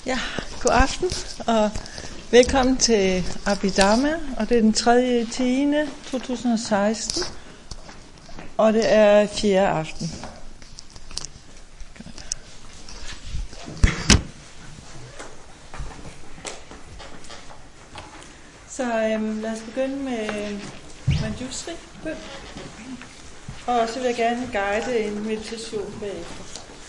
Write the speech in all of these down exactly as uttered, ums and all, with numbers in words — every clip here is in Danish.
Ja, god aften og velkommen til Abhidharma, og det er den tredje tiende to tusind og seksten, og det er fjerde aften. Så øhm, lad os begynde med Manjushri, og så vil jeg gerne guide en meditation bagefter.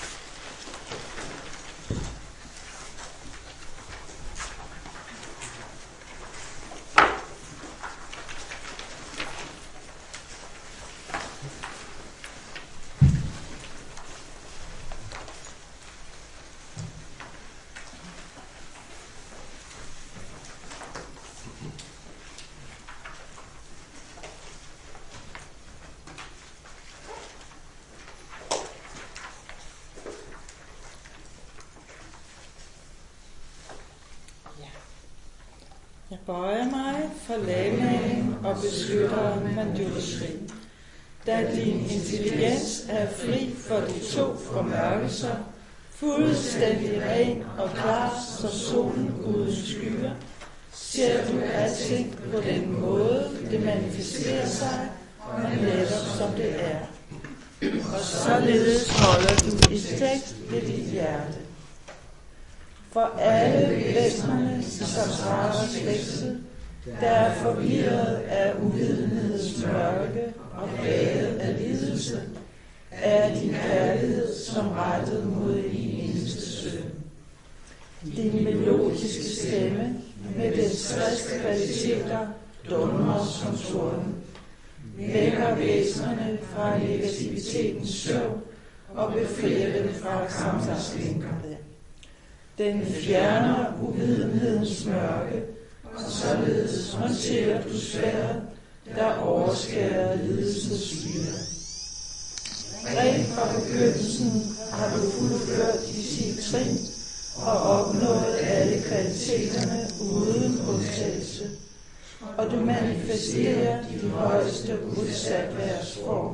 Jeg bøjer mig for lamaen og beskytter Manjushri. Da din intelligens er fri for de to formørkelser, fuldstændig ren og klar som solen uden skyer, ser du alting på den måde, det manifesterer sig, og netop som det er. Og således holder du i tekst ved dit hjerte. For alle væsenerne i samsaras veksel, der er forvirret af uvidenhedens mørke og plaget af lidelse, er din kærlighed som rettet mod en eneste søn. Din melodiske stemme med dens tres kvaliteter dundrer som torden, vækker væsenerne fra negativitetens søvn og befrier dem fra samsarslinker. Den fjerner uvidenhedens mørke, og således håndterer du sværdet, der overskærer lidelsens skyer. Rent fra begyndelsen har du fuldført de ti trin og opnået alle kvaliteterne uden undtagelse, og du manifesterer de højeste buddhasattvaers form.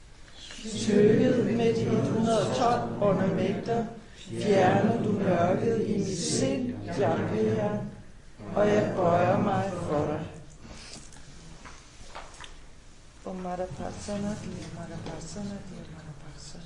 Smykket med de et hundrede og tolv ornamenter fjerner du mørket i mit sind, Jambeya, og jeg bøjer mig for dig. Om Madapassana, Madapassana, Madapassana,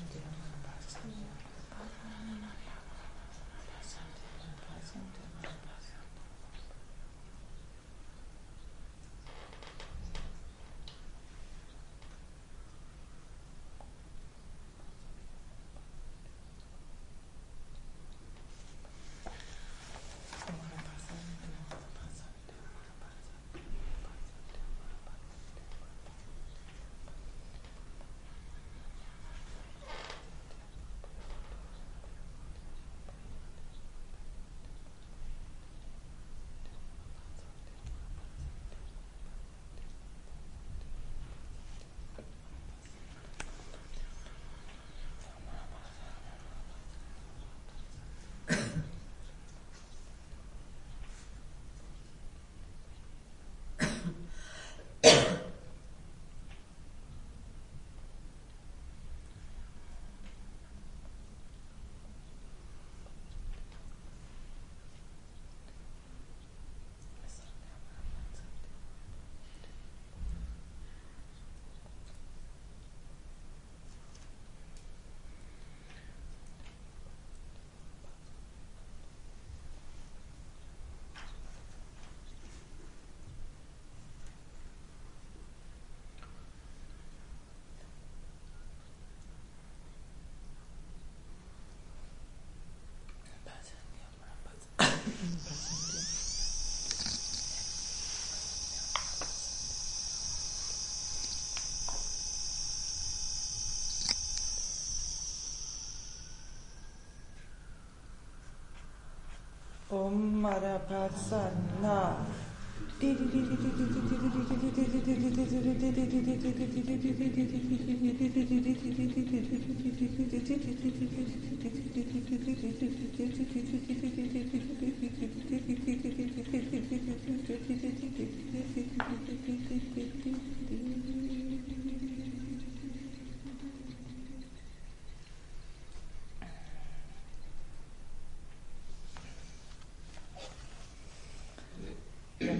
Om Madapassana.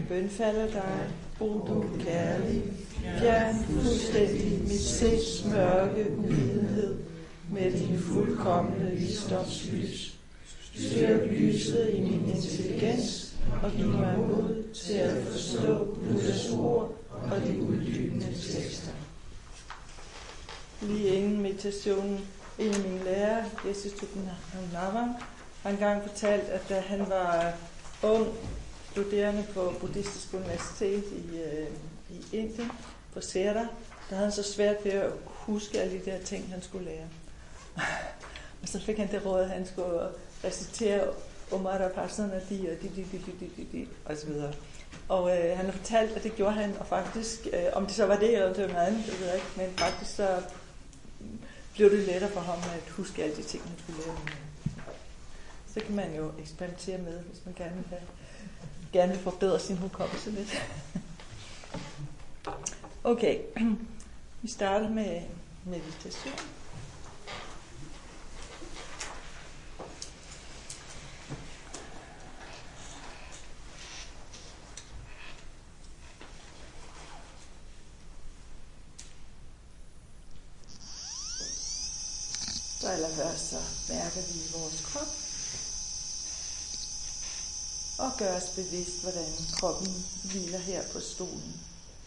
bønfalder dig, o du kærlig, fjern fuldstændig mit sinds mørke uvidenhed med din fuldkomne visdomslys. Styrk lyset i min intelligens og giv mig mod til at forstå Buddhas ord og de uddybende tekster. Lige inden meditationen, en af mine lærere, Jesus Tutanhamon, har engang fortalt, at da han var ung studerende på Buddhistisk Universitet i, øh, i Indien, på Sera, der havde han så svært ved at huske alle de der ting, han skulle lære. Og så fik han det råd, at han skulle recitere Umara Pasana di og di di di di di di og så videre. Og øh, han har fortalt, at det gjorde han, og faktisk, øh, om det så var det, eller det var noget andet, det ved jeg ikke, men faktisk så blev det lettere for ham at huske alle de ting, han skulle lære. Så kan man jo eksperimentere med, hvis man gerne vil, have, gerne vil forbedre sin hukommelse lidt. Okay, vi starter med meditation. Så allerførst så mærker vi vores krop og gør os bevidst, hvordan kroppen hviler her på stolen.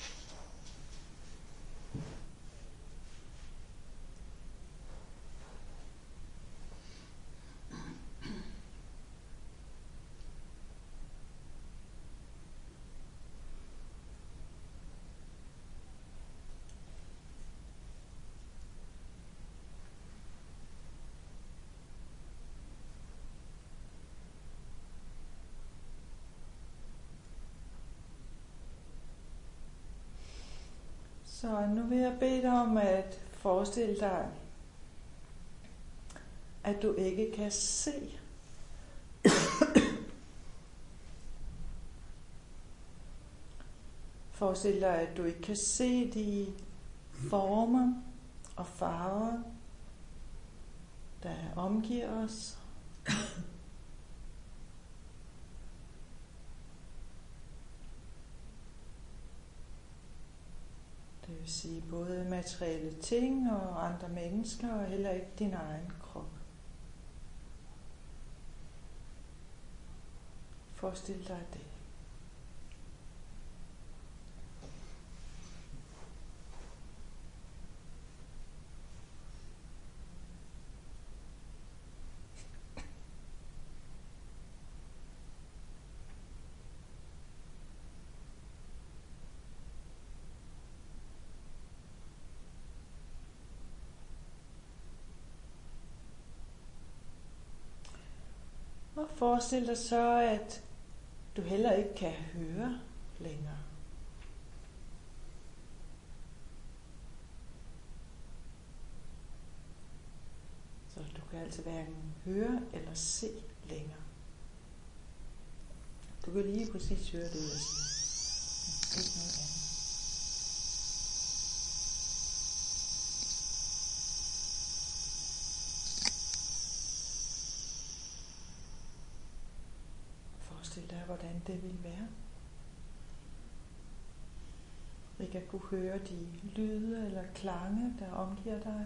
Så nu vil jeg bede dig om at forestille dig, at du ikke kan se. Forestil dig, at du ikke kan se de former og farver, der omgiver os. Det vil sige både materielle ting og andre mennesker, og heller ikke din egen krop. Forestil dig det. Og forestil dig så, at du heller ikke kan høre længere. Så du kan altså hverken høre eller se længere. Du kan lige præcis høre det, jeg siger. Ikke noget andet. Forestil dig, hvordan det vil være. Ikke at kunne høre de lyde eller klange, der omgiver dig.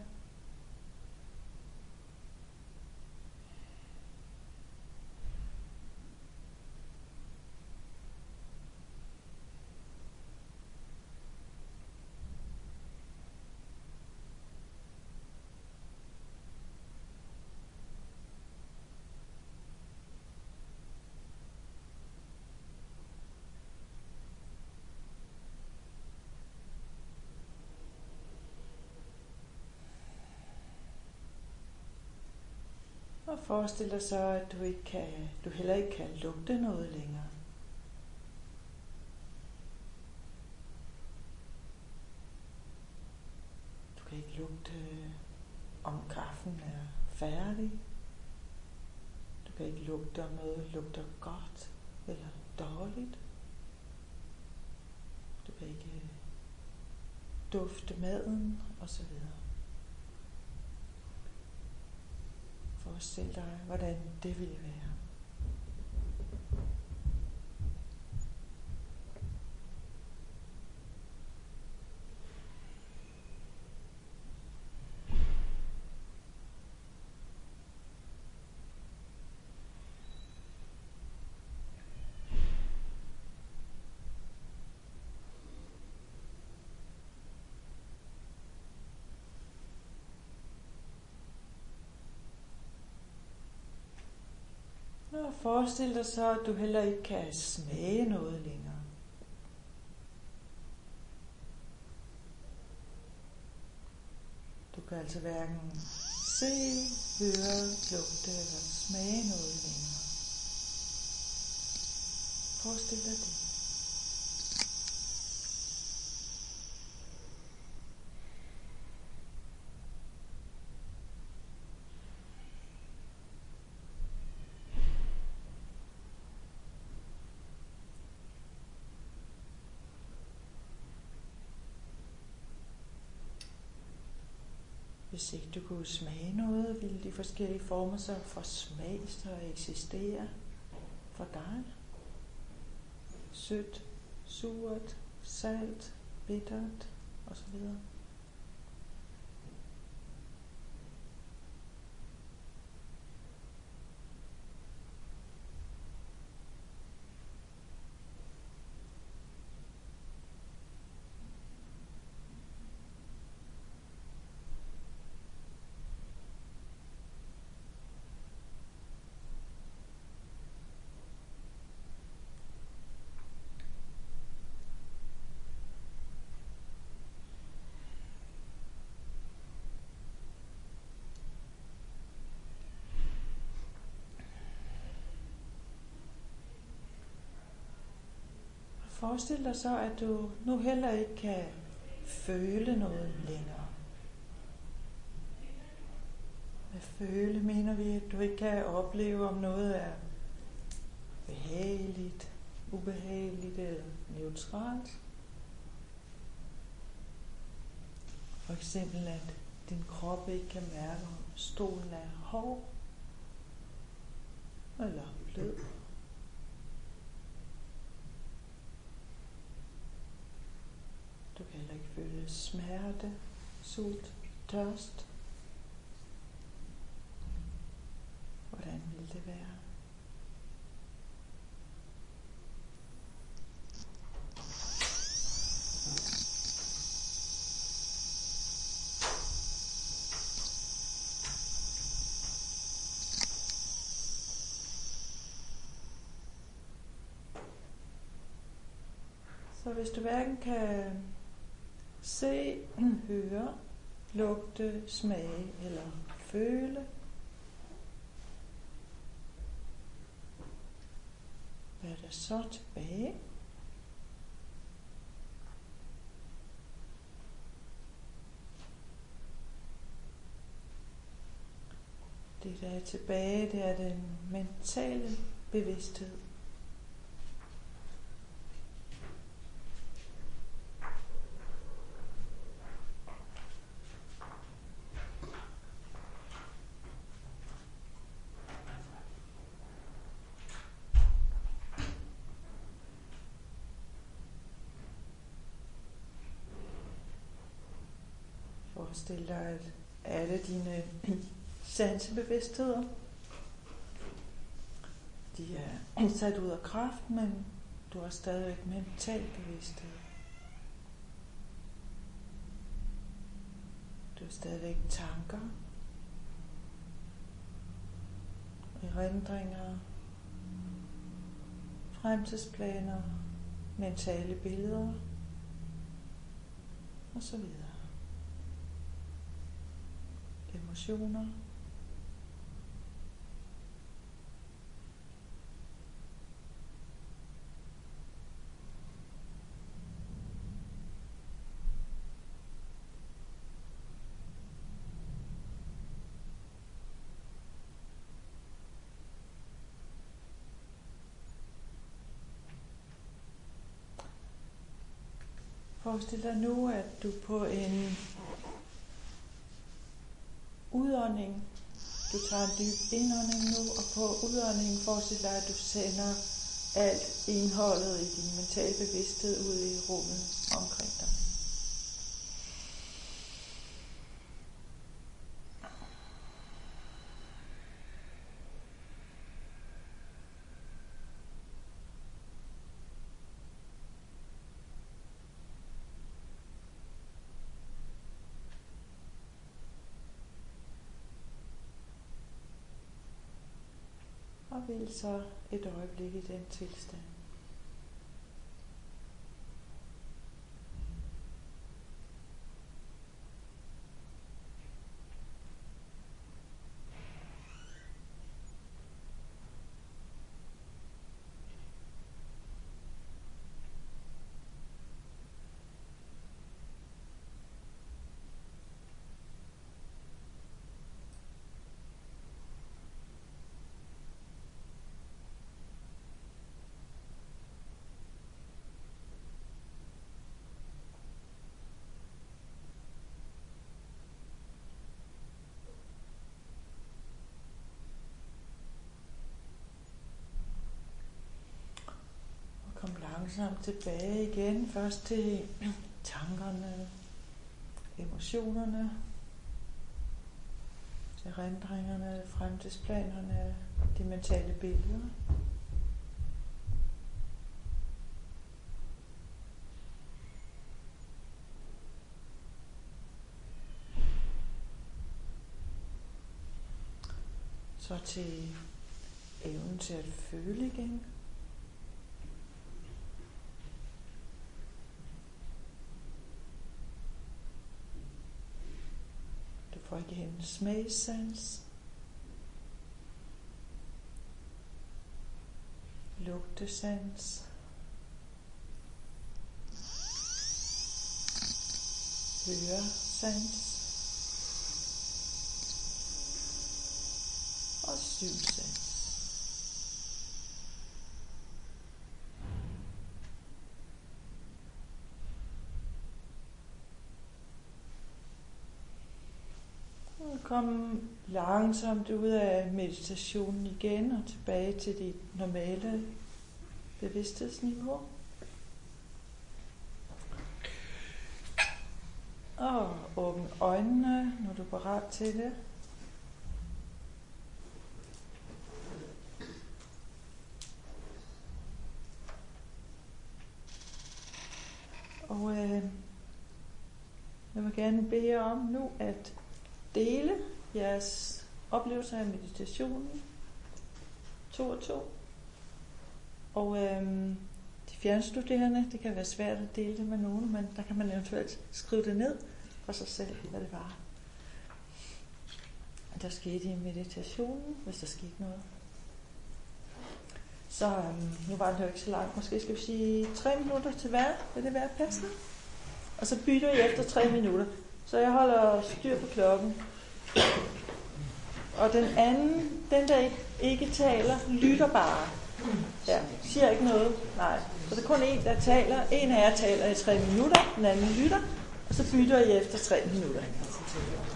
Og forestil dig så, at du, ikke kan, du heller ikke kan lugte noget længere. Du kan ikke lugte, om kaffen er færdig. Du kan ikke lugte, om noget lugter godt eller dårligt. Du kan ikke dufte maden osv. Forestil dig, hvordan det ville være. forestil dig så, at du heller ikke kan smage noget længere. Du kan altså hverken se, høre, lugte eller smage noget længere. Forestil dig det. Hvis ikke du kunne smage noget, ville de forskellige former så for smag så eksistere for dig. Sødt, surt, salt, bittert osv. Forestil dig så, at du nu heller ikke kan føle noget længere. Med føle mener vi, at du ikke kan opleve, om noget er behageligt, ubehageligt eller neutralt. For eksempel, at din krop ikke kan mærke, om stolen er hård eller blød. Du kan heller ikke føle smerte, sult, tørst. Hvordan vil det være? Så hvis du hverken kan se, høre, lugte, smage eller føle, hvad er der så tilbage? Det der er tilbage, det er den mentale bevidsthed. Forestil dig, at alle dine sansebevidstheder, de er sat ud af kraft, men du har stadigvæk mental bevidsthed. Du har stadigvæk tanker, erindringer, fremtidsplaner, mentale billeder og så videre. Emotioner. Forestil dig nu, at du på en udånding, du tager en dyb indånding nu, og på udåndingen forestil dig, at du sender alt indholdet i din mentale bevidsthed ud i rummet omkring dig. Og hvil så et øjeblik i den tilstand. Kom langsomt tilbage igen, først til tankerne, emotionerne, erindringerne, fremtidsplanerne, de mentale billeder. Så til evnen til at føle igen. Du får igen smagssans, lugtesans, høresans og synsans. Kom langsomt ud af meditationen igen og tilbage til dit normale bevidsthedsniveau. Og åbn øjnene, når du er parat til det. Og øh, jeg vil gerne bede jer om nu at dele jeres oplevelser af meditationen, to og to. Og øhm, de fjernstuderende, det kan være svært at dele det med nogen, men der kan man eventuelt skrive det ned for sig selv, hvad det var, der skete i meditationen, hvis der skete noget. Så øhm, nu var det jo ikke så langt, måske skal vi sige tre minutter til hver, vil det være passende? Og så bytter I efter tre minutter. Så jeg holder styr på klokken. Og den anden, den der ikke, ikke taler, lytter bare. Ja, siger ikke noget. Nej. Så der er kun en, der taler. En af jer taler i tre minutter, den anden lytter. Og så bytter I efter tre minutter.